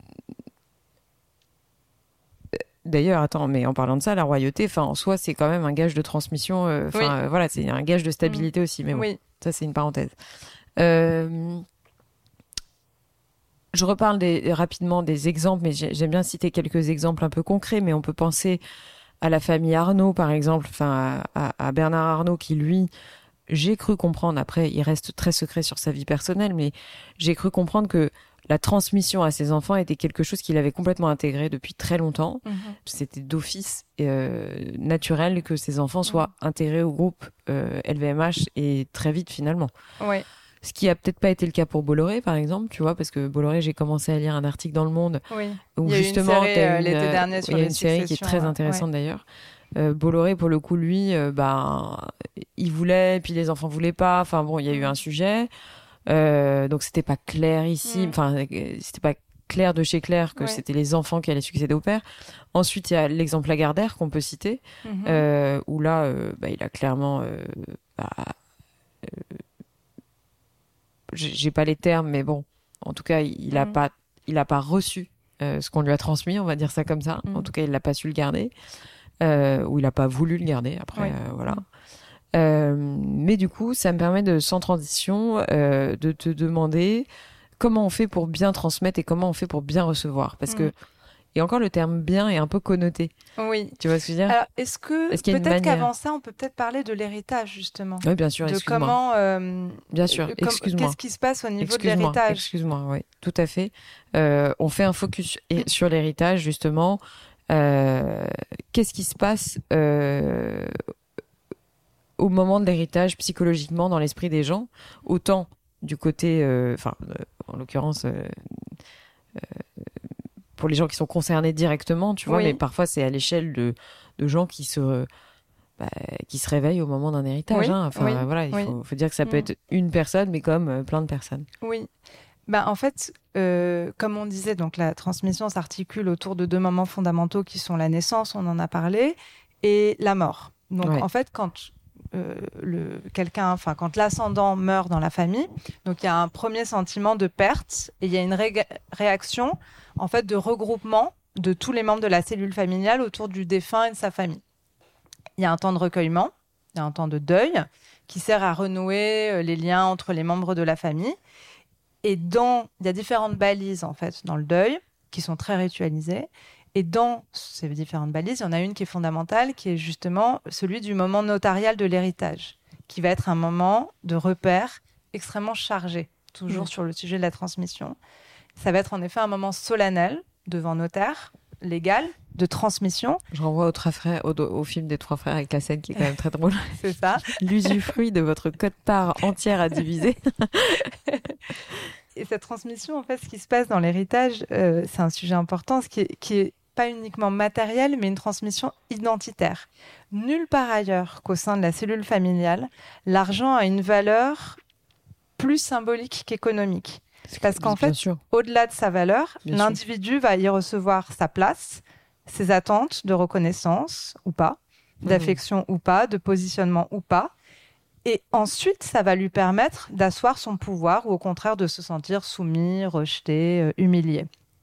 D'ailleurs, attends, mais en parlant de ça, la royauté, enfin, en soi, c'est quand même un gage de transmission. Enfin, euh, oui. euh, voilà, c'est un gage de stabilité mmh. aussi. Mais bon, oui. ça, c'est une parenthèse. Euh... Je reparle des, rapidement des exemples, mais j'aime bien citer quelques exemples un peu concrets. Mais on peut penser à la famille Arnault, par exemple, enfin, à, à Bernard Arnault, qui lui, j'ai cru comprendre. Après, il reste très secret sur sa vie personnelle, mais j'ai cru comprendre que la transmission à ses enfants était quelque chose qu'il avait complètement intégré depuis très longtemps. Mmh. C'était d'office euh, naturel que ses enfants soient mmh. intégrés au groupe euh, L V M H et très vite finalement. Ouais. Ce qui a peut-être pas été le cas pour Bolloré, par exemple, tu vois, parce que Bolloré, j'ai commencé à lire un article dans Le Monde oui. où il y a justement, une série, euh, l'été dernier sur il y a les une série qui est très intéressante ouais. d'ailleurs. Euh, Bolloré, pour le coup, lui, euh, ben, il voulait, puis les enfants voulaient pas. Enfin bon, il y a eu un sujet. Euh, donc c'était pas clair ici, enfin mmh. c'était pas clair de chez clair que ouais. c'était les enfants qui allaient succéder au père. Ensuite il y a l'exemple Lagardère qu'on peut citer, mmh. euh, où là euh, bah, il a clairement, euh, bah, euh, j'ai pas les termes, mais bon, en tout cas il a mmh. pas, il a pas reçu euh, ce qu'on lui a transmis, on va dire ça comme ça. Mmh. En tout cas il l'a pas su le garder, euh, ou il a pas voulu le garder. Après ouais. euh, voilà. Mmh. Euh, mais du coup, ça me permet de, sans transition, euh, de te demander comment on fait pour bien transmettre et comment on fait pour bien recevoir. Parce mmh. que, et encore le terme bien est un peu connoté. Oui. Tu vois ce que je veux dire ? Alors, est-ce que, est-ce peut-être manière... qu'avant ça, on peut peut-être parler de l'héritage, justement ? Oui, bien sûr, excuse-moi. De comment, euh, bien sûr, com- excuse-moi. Qu'est-ce qui se passe au niveau excuse-moi, de l'héritage ? Excuse-moi, oui, tout à fait. Euh, on fait un focus sur l'héritage, justement. Euh, qu'est-ce qui se passe euh, au moment de l'héritage psychologiquement dans l'esprit des gens, autant du côté, enfin, euh, euh, en l'occurrence, euh, euh, pour les gens qui sont concernés directement, tu vois, oui. mais parfois c'est à l'échelle de, de gens qui se, bah, qui se réveillent au moment d'un héritage. Oui. Hein. Enfin, oui. voilà, il oui. faut, faut dire que ça peut mmh. être une personne, mais comme euh, plein de personnes. Oui. Ben, en fait, euh, comme on disait, donc la transmission s'articule autour de deux moments fondamentaux qui sont la naissance, on en a parlé, et la mort. Donc, ouais. en fait, quand Euh, le, quelqu'un, enfin, quand l'ascendant meurt dans la famille, donc il y a un premier sentiment de perte et il y a une ré- réaction en fait de regroupement de tous les membres de la cellule familiale autour du défunt et de sa famille. Il y a un temps de recueillement, il y a un temps de deuil qui sert à renouer les liens entre les membres de la famille. Et dans, il y a différentes balises en fait dans le deuil qui sont très ritualisées. Et dans ces différentes balises, il y en a une qui est fondamentale, qui est justement celui du moment notarial de l'héritage, qui va être un moment de repère extrêmement chargé. toujours mmh. sur le sujet de la transmission. Ça va être en effet un moment solennel devant notaire, légal, de transmission. Je renvoie aux trois frères, au, au film des trois frères avec la scène qui est quand même très drôle. C'est ça. L'usufruit de votre quote-part entière à diviser. Et cette transmission, en fait, ce qui se passe dans l'héritage, euh, c'est un sujet important, ce qui est, qui est pas uniquement matériel, mais une transmission identitaire. Nulle part ailleurs qu'au sein de la cellule familiale, l'argent a une valeur plus symbolique qu'économique. Parce qu'en fait, sûr. au-delà de sa valeur, Bien l'individu sûr. va y recevoir sa place, ses attentes de reconnaissance ou pas, d'affection mmh. ou pas, de positionnement ou pas. Et ensuite, ça va lui permettre d'asseoir son pouvoir ou au contraire de se sentir soumis, rejeté, euh, humilié.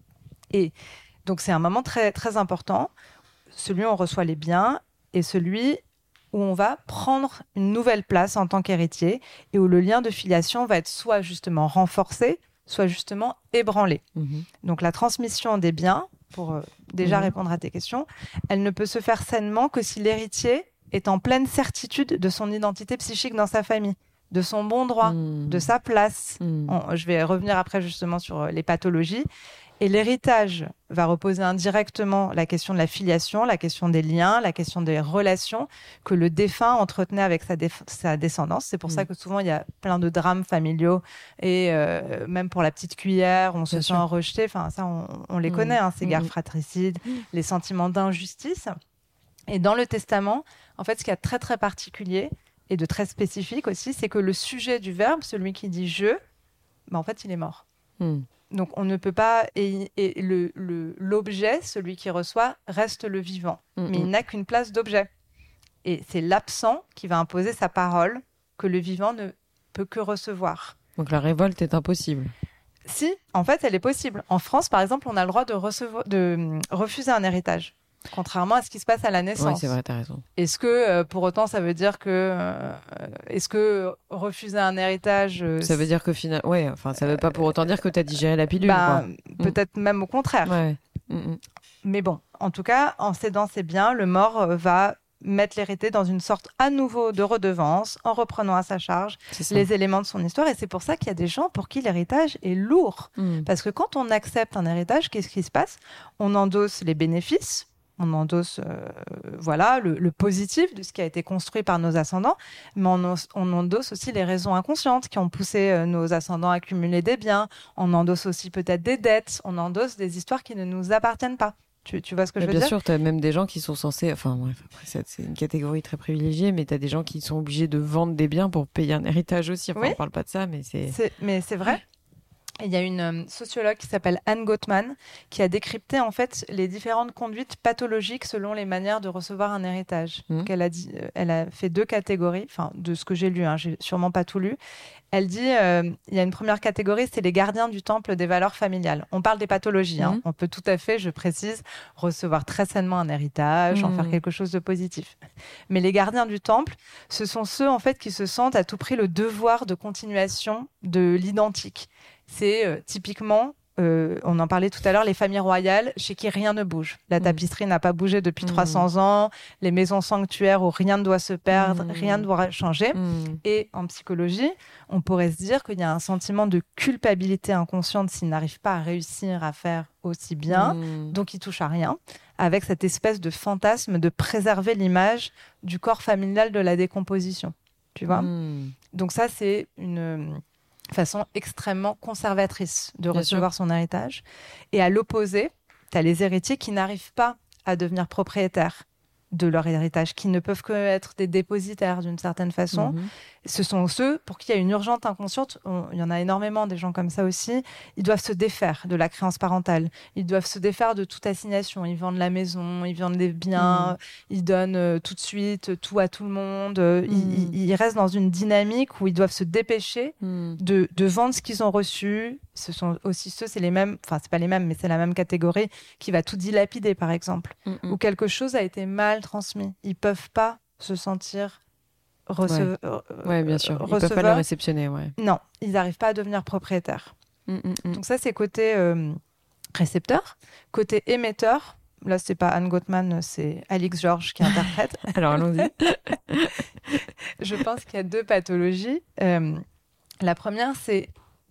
Et donc, c'est un moment très, très important, celui où on reçoit les biens et celui où on va prendre une nouvelle place en tant qu'héritier et où le lien de filiation va être soit justement renforcé, soit justement ébranlé. Mmh. Donc, la transmission des biens, pour euh, déjà mmh. répondre à tes questions, elle ne peut se faire sainement que si l'héritier est en pleine certitude de son identité psychique dans sa famille, de son bon droit, mmh. de sa place. Mmh. On, je vais revenir après justement sur les pathologies. Et l'héritage va reposer indirectement la question de la filiation, la question des liens, la question des relations que le défunt entretenait avec sa, déf- sa descendance. C'est pour mmh. ça que souvent il y a plein de drames familiaux et euh, même pour la petite cuillère, on se Bien sent sûr. rejeté. Enfin, ça, on, on les mmh. connaît, hein, ces mmh. guerres fratricides, mmh. les sentiments d'injustice. Et dans le testament, en fait, ce qui est très très particulier et de très spécifique aussi, c'est que le sujet du verbe, celui qui dit je, ben en fait, il est mort. Mmh. Donc, on ne peut pas... Et, et le, le, l'objet, celui qui reçoit, reste le vivant. Mmh. Mais il n'a qu'une place d'objet. Et c'est l'absent qui va imposer sa parole que le vivant ne peut que recevoir. Donc, la révolte est impossible. Si, en fait, elle est possible. En France, par exemple, on a le droit de, recevoir, de refuser un héritage. Contrairement à ce qui se passe à la naissance. Oui, c'est vrai, t'as raison. Est-ce que, euh, pour autant, ça veut dire que... Euh, est-ce que refuser un héritage... Euh, ça veut dire que finalement... Ouais, enfin, ça veut pas pour autant dire que t'as digéré la pilule, bah, quoi. Peut-être mmh. même au contraire. Ouais. Mmh. Mais bon, en tout cas, en cédant ses biens, le mort va mettre l'hérité dans une sorte à nouveau de redevance, en reprenant à sa charge les éléments de son histoire. Et c'est pour ça qu'il y a des gens pour qui l'héritage est lourd. Mmh. Parce que quand on accepte un héritage, qu'est-ce qui se passe ? On endosse les bénéfices, on endosse euh, voilà, le, le positif de ce qui a été construit par nos ascendants, mais on, os, on endosse aussi les raisons inconscientes qui ont poussé euh, nos ascendants à accumuler des biens. On endosse aussi peut-être des dettes. On endosse des histoires qui ne nous appartiennent pas. Tu, tu vois ce que mais je veux bien dire ? Bien sûr, tu as même des gens qui sont censés... Enfin bref, après, c'est, c'est une catégorie très privilégiée, mais tu as des gens qui sont obligés de vendre des biens pour payer un héritage aussi. Enfin, oui. on ne parle pas de ça, mais c'est... c'est mais c'est vrai. Il y a une euh, sociologue qui s'appelle Anne Gottman qui a décrypté en fait les différentes conduites pathologiques selon les manières de recevoir un héritage. Mmh. Donc elle a dit, euh, elle a fait deux catégories, enfin de ce que j'ai lu, hein, j'ai sûrement pas tout lu. Elle dit, euh, il y a une première catégorie, c'est les gardiens du temple des valeurs familiales. On parle des pathologies, hein. Mmh. On peut tout à fait, je précise, recevoir très sainement un héritage, mmh. en faire quelque chose de positif. Mais les gardiens du temple, ce sont ceux en fait qui se sentent à tout prix le devoir de continuation de l'identique. C'est euh, typiquement, euh, on en parlait tout à l'heure, les familles royales chez qui rien ne bouge. La tapisserie mmh. n'a pas bougé depuis mmh. trois cents ans, les maisons sanctuaires où rien ne doit se perdre, mmh. rien ne doit changer. Mmh. Et en psychologie, on pourrait se dire qu'il y a un sentiment de culpabilité inconsciente s'ils n'arrivent pas à réussir à faire aussi bien, mmh. donc ils touchent à rien, avec cette espèce de fantasme de préserver l'image du corps familial de la décomposition. Tu vois ? Mmh. Donc ça, c'est une... façon extrêmement conservatrice de Bien recevoir sûr. son héritage. Et à l'opposé, tu as les héritiers qui n'arrivent pas à devenir propriétaires de leur héritage, qui ne peuvent que être des dépositaires d'une certaine façon. Mmh. Ce sont ceux pour qui il y a une urgence inconsciente. On, il y en a énormément, des gens comme ça aussi. Ils doivent se défaire de la créance parentale. Ils doivent se défaire de toute assignation. Ils vendent la maison, ils vendent des biens, mmh. ils donnent euh, tout de suite tout à tout le monde. Mmh. Ils, ils, ils restent dans une dynamique où ils doivent se dépêcher mmh. de, de vendre ce qu'ils ont reçu. Ce sont aussi ceux, c'est les mêmes, enfin c'est pas les mêmes, mais c'est la même catégorie qui va tout dilapider, par exemple, mmh. où quelque chose a été mal transmis. Ils peuvent pas se sentir receveurs. Ouais. ouais, bien sûr. Ils receveurs. peuvent pas le réceptionner, ouais. Non, ils n'arrivent pas à devenir propriétaires. Mmh, mmh. Donc ça, c'est côté euh, récepteur. Côté émetteur, là, c'est pas Anne Gottman, c'est Alix Georges qui interprète. Alors, allons-y. Je pense qu'il y a deux pathologies. Euh, la première, c'est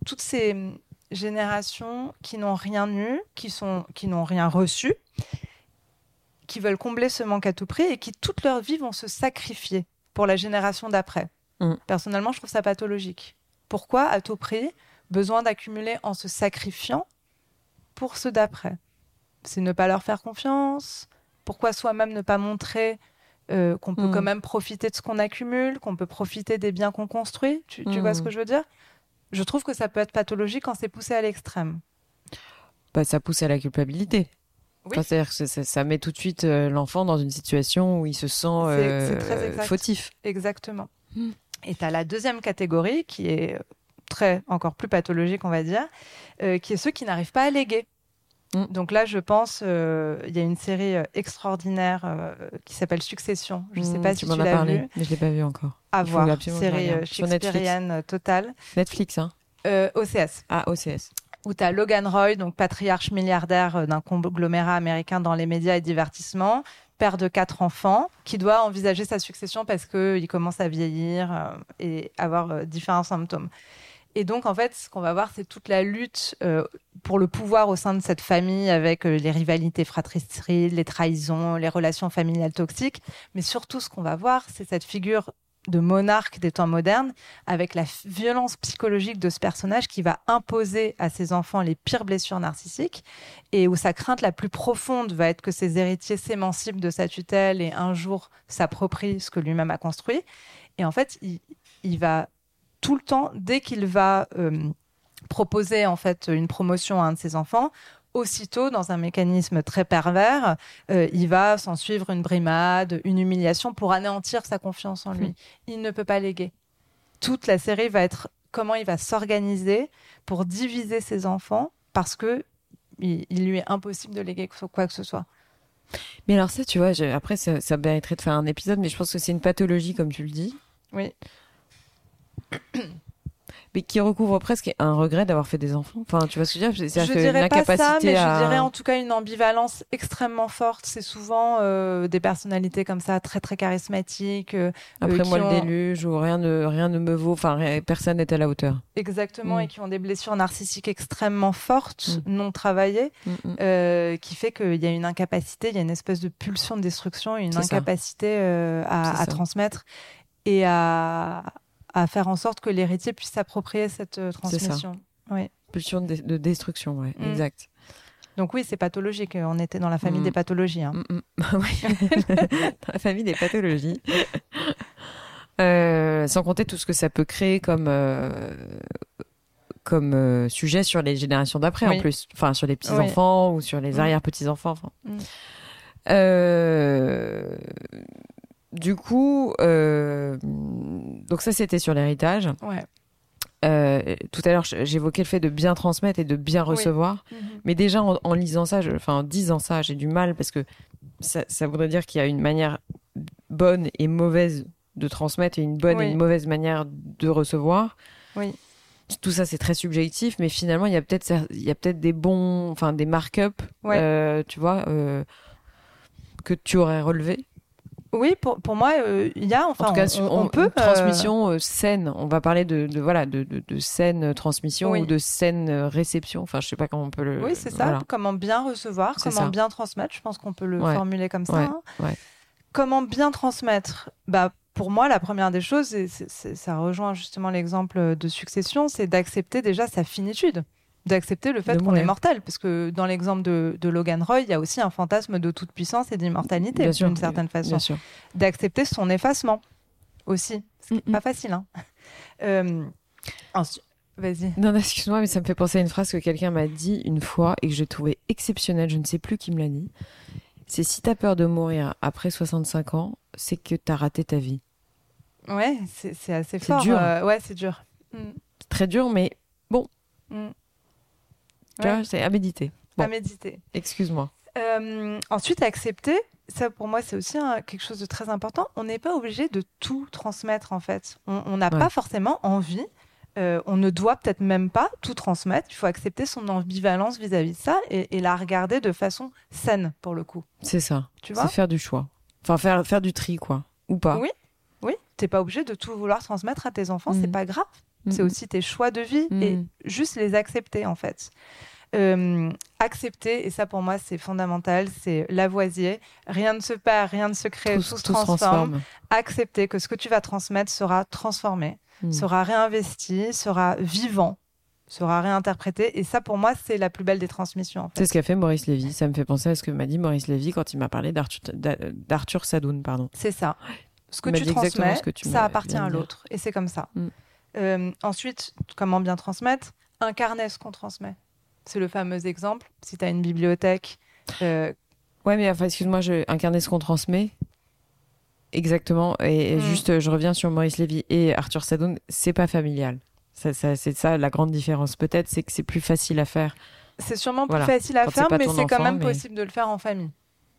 toutes ces générations qui n'ont rien eu, qui, sont, qui n'ont rien reçu, qui veulent combler ce manque à tout prix et qui, toute leur vie, vont se sacrifier pour la génération d'après. Mmh. Personnellement, je trouve ça pathologique. Pourquoi, à tout prix, besoin d'accumuler en se sacrifiant pour ceux d'après? C'est ne pas leur faire confiance. Pourquoi soi-même ne pas montrer euh, qu'on peut mmh. quand même profiter de ce qu'on accumule, qu'on peut profiter des biens qu'on construit? Tu, tu mmh. vois ce que je veux dire? Je trouve que ça peut être pathologique quand c'est poussé à l'extrême. Bah, ça pousse à la culpabilité. Oui. Enfin, c'est-à-dire que ça, ça met tout de suite euh, l'enfant dans une situation où il se sent euh, c'est, c'est très exact. fautif. Exactement. Mmh. Et tu as la deuxième catégorie qui est très, encore plus pathologique, on va dire, euh, qui est ceux qui n'arrivent pas à léguer. Mmh. Donc là, je pense, il euh, y a une série euh, extraordinaire euh, qui s'appelle Succession. Je ne sais pas mmh, si tu, tu l'as parlé, vue. Mais je ne l'ai pas vue encore. À Il voir, série euh, shakespearienne totale. Netflix, hein euh, O C S. Ah, O C S. Où tu as Logan Roy, donc patriarche milliardaire d'un conglomérat américain dans les médias et divertissements, père de quatre enfants, qui doit envisager sa succession parce qu'il commence à vieillir euh, et avoir euh, différents symptômes. Et donc, en fait, ce qu'on va voir, c'est toute la lutte euh, pour le pouvoir au sein de cette famille avec euh, les rivalités fratricides, les trahisons, les relations familiales toxiques. Mais surtout, ce qu'on va voir, c'est cette figure de monarque des temps modernes avec la f- violence psychologique de ce personnage qui va imposer à ses enfants les pires blessures narcissiques et où sa crainte la plus profonde va être que ses héritiers s'émancipent de sa tutelle et un jour s'approprient ce que lui-même a construit. Et en fait, il, il va tout le temps, dès qu'il va euh, proposer en fait une promotion à un de ses enfants, aussitôt, dans un mécanisme très pervers, euh, il va s'en suivre une brimade, une humiliation pour anéantir sa confiance en lui. Mmh. Il ne peut pas léguer. Toute la série va être comment il va s'organiser pour diviser ses enfants parce que il, il lui est impossible de léguer quoi que ce soit. Mais alors ça, tu vois, je, après, ça, ça mériterait de faire un épisode, mais je pense que c'est une pathologie, comme tu le dis. Oui. Mais qui recouvre presque un regret d'avoir fait des enfants. Enfin, tu vois ce que je veux dire? C'est je dirais une pas ça, mais à... je dirais en tout cas une ambivalence extrêmement forte. C'est souvent euh, des personnalités comme ça, très très charismatiques. Euh, Après euh, moi, ont... le déluge, ou rien ne, rien ne me vaut. Enfin, rien, personne n'est à la hauteur. Exactement, mm. et qui ont des blessures narcissiques extrêmement fortes, mm. non travaillées, mm, mm. Euh, qui fait qu'il y a une incapacité, il y a une espèce de pulsion de destruction, une C'est incapacité euh, à, à transmettre et à... à faire en sorte que l'héritier puisse s'approprier cette euh, transmission. Oui. Pulsion de, de destruction, ouais, mmh. exact. Donc oui, c'est pathologique. On était dans la famille mmh. des pathologies. Hein. Mmh. Dans la famille des pathologies. euh, sans compter tout ce que ça peut créer comme, euh, comme euh, sujet sur les générations d'après, oui. en plus. Enfin, sur les petits-enfants oui. ou sur les mmh. arrière-petits-enfants. Enfin. Mmh. Euh... Du coup, euh, donc ça c'était sur l'héritage. Ouais. Euh, tout à l'heure, j'évoquais le fait de bien transmettre et de bien recevoir. Oui. Mm-hmm. Mais déjà en, en lisant ça, je, enfin en disant ça, j'ai du mal parce que ça, ça voudrait dire qu'il y a une manière bonne et mauvaise de transmettre et une bonne oui. et une mauvaise manière de recevoir. Oui. Tout ça c'est très subjectif, mais finalement il y a peut-être il y a peut-être des bons, enfin des mark-up, ouais. euh, tu vois, euh, que tu aurais relevés. Oui, pour, pour moi, il euh, y a, enfin, en tout cas, on, on, on peut... Une transmission euh, saine, on va parler de, de, voilà, de, de, de saine transmission oui. ou de saine réception, enfin, je sais pas comment on peut le... Oui, c'est ça, voilà. Comment bien recevoir, c'est comment ça. Bien transmettre, je pense qu'on peut le ouais. formuler comme ça. Ouais. Hein. Ouais. Comment bien transmettre bah, pour moi, la première des choses, et c'est, c'est, ça rejoint justement l'exemple de Succession, c'est d'accepter déjà sa finitude. D'accepter le fait de qu'on est mortel, parce que dans l'exemple de, de Logan Roy, il y a aussi un fantasme de toute puissance et d'immortalité, bien d'une sûr, certaine façon. Bien sûr. D'accepter son effacement aussi, ce qui n'est mm-hmm. pas facile. Hein. Euh, ensuite, vas-y. Non, non, excuse-moi, mais ça me fait penser à une phrase que quelqu'un m'a dit une fois et que j'ai trouvé exceptionnelle, je ne sais plus qui me l'a dit. C'est si t'as peur de mourir après soixante-cinq ans, c'est que t'as raté ta vie. Ouais, c'est, c'est assez c'est fort. Dur. Euh, ouais, c'est dur. Mm. C'est très dur, mais bon. Mm. Tu vois, ouais. c'est à méditer. Bon. À méditer. Excuse-moi. Euh, ensuite, accepter, ça pour moi c'est aussi un, quelque chose de très important. On n'est pas obligé de tout transmettre en fait. On n'a ouais. pas forcément envie. Euh, on ne doit peut-être même pas tout transmettre. Il faut accepter son ambivalence vis-à-vis de ça et, et la regarder de façon saine pour le coup. C'est ça. Tu vois ? C'est faire du choix. Enfin, faire, faire du tri, quoi. Ou pas. Oui, oui. T'es pas obligé de tout vouloir transmettre à tes enfants. Mmh. C'est pas grave. Mmh. C'est aussi tes choix de vie mmh. et juste les accepter, en fait. Euh, accepter, et ça pour moi c'est fondamental, c'est Lavoisier, rien ne se perd, rien ne se crée, tout, tout se tout transforme. transforme. Accepter que ce que tu vas transmettre sera transformé, mmh. sera réinvesti, sera vivant, sera réinterprété, et ça pour moi c'est la plus belle des transmissions. En fait. C'est ce qu'a fait Maurice Lévy, ça me fait penser à ce que m'a dit Maurice Lévy quand il m'a parlé d'Arthur, d'Arthur Sadoun. Pardon. C'est ça, ce que tu transmets, ce que tu ça appartient à l'autre, et c'est comme ça. Mmh. Euh, ensuite, comment bien transmettre? Incarner ce qu'on transmet. C'est le fameux exemple. Si tu as une bibliothèque. Euh... Ouais, mais enfin, excuse-moi, je... incarner ce qu'on transmet. Exactement. Et, et mmh. juste, je reviens sur Maurice Lévy et Arthur Sadoun, c'est pas familial. Ça, ça, c'est ça la grande différence. Peut-être, c'est que c'est plus facile à faire. C'est sûrement plus voilà. facile à quand faire, mais c'est enfant, quand même mais... possible de le faire en famille.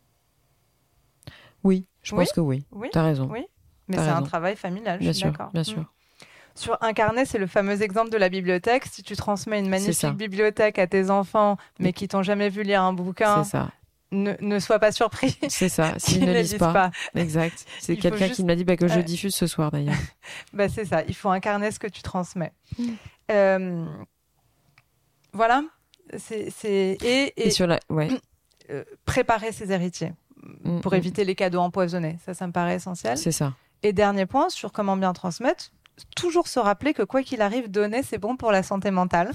Oui, je oui pense que oui. oui. Tu as raison. Oui, mais T'as c'est raison. un travail familial, bien je suis sûr, d'accord. Bien sûr. Mmh. Sur incarner, c'est le fameux exemple de la bibliothèque. Si tu transmets une magnifique bibliothèque à tes enfants, mais qui t'ont jamais vu lire un bouquin, c'est ça. Ne, ne sois pas surpris. C'est ça, s'ils ne lisent pas. pas. Exact. C'est il quelqu'un juste... qui me l'a dit bah, que je diffuse ce soir d'ailleurs. bah, c'est ça, il faut incarner ce que tu transmets. Mm. Euh... Voilà. C'est, c'est... Et, et... et sur la... ouais. euh, préparer ses héritiers mm, pour mm. éviter les cadeaux empoisonnés. Ça, ça me paraît essentiel. C'est ça. Et dernier point, sur comment bien transmettre, toujours se rappeler que quoi qu'il arrive, donner, c'est bon pour la santé mentale.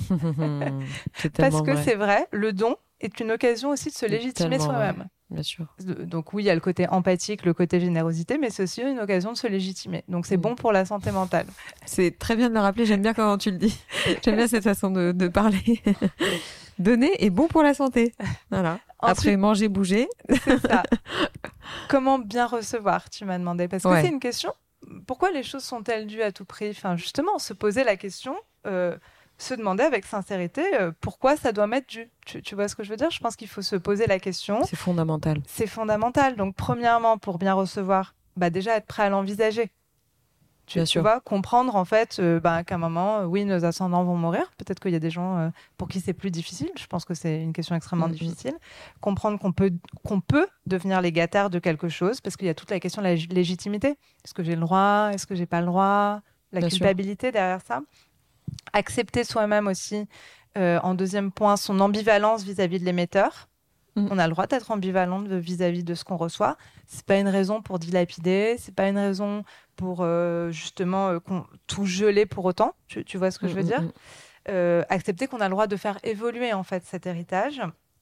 Parce que vrai. C'est vrai, le don est une occasion aussi de se légitimer soi-même. Vrai. Bien sûr. Donc oui, il y a le côté empathique, le côté générosité, mais c'est aussi une occasion de se légitimer. Donc c'est mmh. bon pour la santé mentale. C'est très bien de le rappeler, j'aime bien comment tu le dis. J'aime bien cette façon de, de parler. Donner est bon pour la santé. Voilà. Ensuite, après manger, bouger. C'est ça. Comment bien recevoir, tu m'as demandé. Parce que ouais. c'est une question. Pourquoi les choses sont-elles dues à tout prix? Enfin, justement, se poser la question, euh, se demander avec sincérité euh, pourquoi ça doit m'être dû. Tu, tu vois ce que je veux dire? Je pense qu'il faut se poser la question. C'est fondamental. C'est fondamental. Donc, premièrement, pour bien recevoir, bah, déjà être prêt à l'envisager. Tu, bien tu sûr. vois, comprendre en fait euh, bah, qu'à un moment, euh, oui, nos ascendants vont mourir. Peut-être qu'il y a des gens euh, pour qui c'est plus difficile. Je pense que c'est une question extrêmement mm-hmm. difficile. Comprendre qu'on peut, qu'on peut devenir légataire de quelque chose, parce qu'il y a toute la question de la légitimité. Est-ce que j'ai le droit? Est-ce que j'ai pas le droit? La bien culpabilité sûr. Derrière ça. Accepter soi-même aussi, euh, en deuxième point, son ambivalence vis-à-vis de l'émetteur. Mmh. On a le droit d'être ambivalent vis-à-vis de ce qu'on reçoit. C'est pas une raison pour dilapider, c'est pas une raison pour euh, justement euh, tout geler pour autant. Tu, tu vois ce que mmh, je veux dire? euh, Accepter qu'on a le droit de faire évoluer en fait cet héritage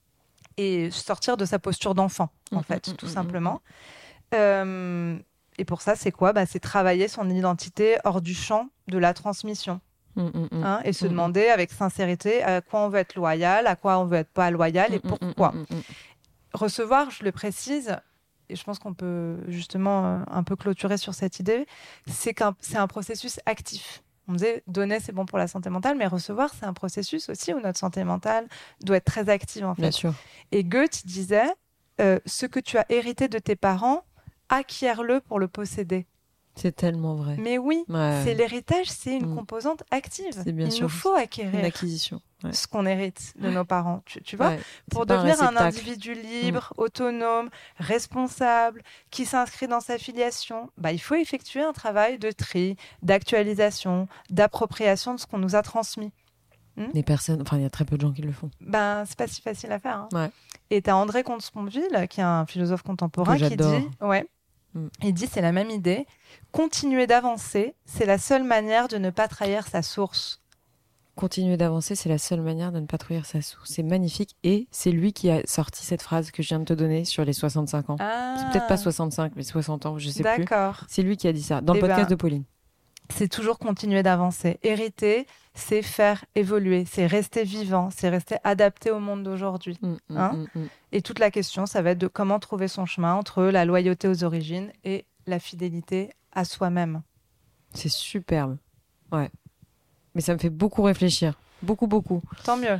et sortir de sa posture d'enfant en mmh, fait, mmh, tout mmh, simplement. Mmh. Euh, et pour ça, c'est quoi? Bah, c'est travailler son identité hors du champ de la transmission. Mmh, mmh, hein, et se mmh. demander avec sincérité à quoi on veut être loyal, à quoi on veut être pas loyal mmh, et pourquoi. Mmh, mmh, mmh. Recevoir, je le précise, et je pense qu'on peut justement euh, un peu clôturer sur cette idée, c'est qu'un c'est un processus actif. On disait donner c'est bon pour la santé mentale, mais recevoir c'est un processus aussi où notre santé mentale doit être très active en fait. Bien sûr. Et Goethe disait euh, ce que tu as hérité de tes parents, acquiers-le pour le posséder. C'est tellement vrai. Mais oui, ouais. c'est l'héritage, c'est une mmh. composante active. C'est bien Il sûr. nous faut acquérir une acquisition. Ouais. Ce qu'on hérite de nos parents, tu, tu vois, ouais. pour devenir un, un individu libre, mmh. autonome, responsable, qui s'inscrit dans sa filiation. Bah, il faut effectuer un travail de tri, d'actualisation, d'appropriation de ce qu'on nous a transmis. Mmh. Les personnes, enfin, il y a très peu de gens qui le font. Ben, c'est pas si facile à faire. Hein. Ouais. Et t'as André Comte-Sponville, qui est un philosophe contemporain, qui dit, ouais. Mmh. Il dit, c'est la même idée. Continuer d'avancer, c'est la seule manière de ne pas trahir sa source. Continuer d'avancer, c'est la seule manière de ne pas trahir sa source. C'est magnifique. Et c'est lui qui a sorti cette phrase que je viens de te donner sur les soixante-cinq ans. Ah. C'est peut-être pas soixante-cinq, mais soixante ans, je sais D'accord. plus. D'accord. C'est lui qui a dit ça, dans le eh podcast ben, de Pauline. C'est toujours continuer d'avancer. Hériter, c'est faire évoluer, c'est rester vivant, c'est rester adapté au monde d'aujourd'hui. Mmh, hein mmh, mmh. Et toute la question, ça va être de comment trouver son chemin entre la loyauté aux origines et la fidélité à soi-même. C'est superbe. Ouais. Mais ça me fait beaucoup réfléchir. Beaucoup, beaucoup. Tant mieux.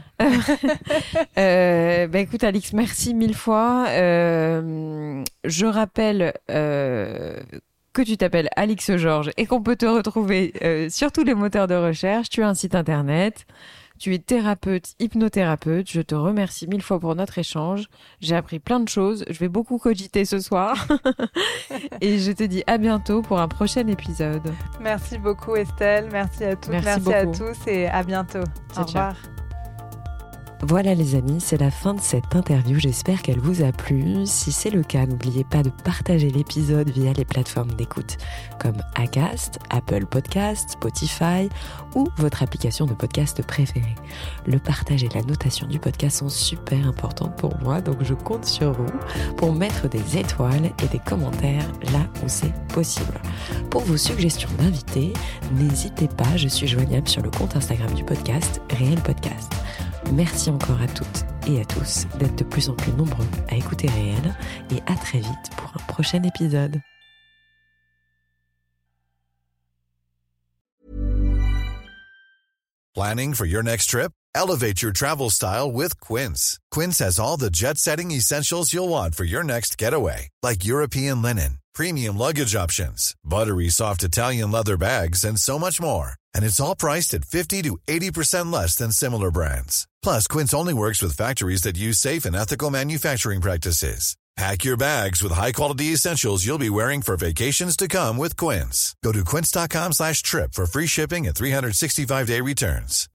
euh, bah écoute, Alix, merci mille fois. Euh, je rappelle euh, que tu t'appelles Alix Georges et qu'on peut te retrouver euh, sur tous les moteurs de recherche. Tu as un site internet. Tu es thérapeute, hypnothérapeute. Je te remercie mille fois pour notre échange. J'ai appris plein de choses. Je vais beaucoup cogiter ce soir. Et je te dis à bientôt pour un prochain épisode. Merci beaucoup Estelle. Merci à toutes. Merci, Merci à beaucoup. tous et à bientôt. Ciao, Au revoir. ciao. Voilà les amis, c'est la fin de cette interview, j'espère qu'elle vous a plu. Si c'est le cas, n'oubliez pas de partager l'épisode via les plateformes d'écoute comme Acast, Apple Podcasts, Spotify ou votre application de podcast préférée. Le partage et la notation du podcast sont super importantes pour moi, donc je compte sur vous pour mettre des étoiles et des commentaires là où c'est possible. Pour vos suggestions d'invités, n'hésitez pas, je suis joignable sur le compte Instagram du podcast, Réel Podcast. Merci encore à toutes et à tous d'être de plus en plus nombreux à écouter Réel et à très vite pour un prochain épisode. Planning for your next trip? Elevate your travel style with Quince. Quince has all the jet-setting essentials you'll want for your next getaway, like European linen, premium luggage options, buttery soft Italian leather bags, and so much more. And it's all priced at fifty to eighty percent less than similar brands. Plus, Quince only works with factories that use safe and ethical manufacturing practices. Pack your bags with high-quality essentials you'll be wearing for vacations to come with Quince. Go to quince.com slash trip for free shipping and three sixty-five day returns.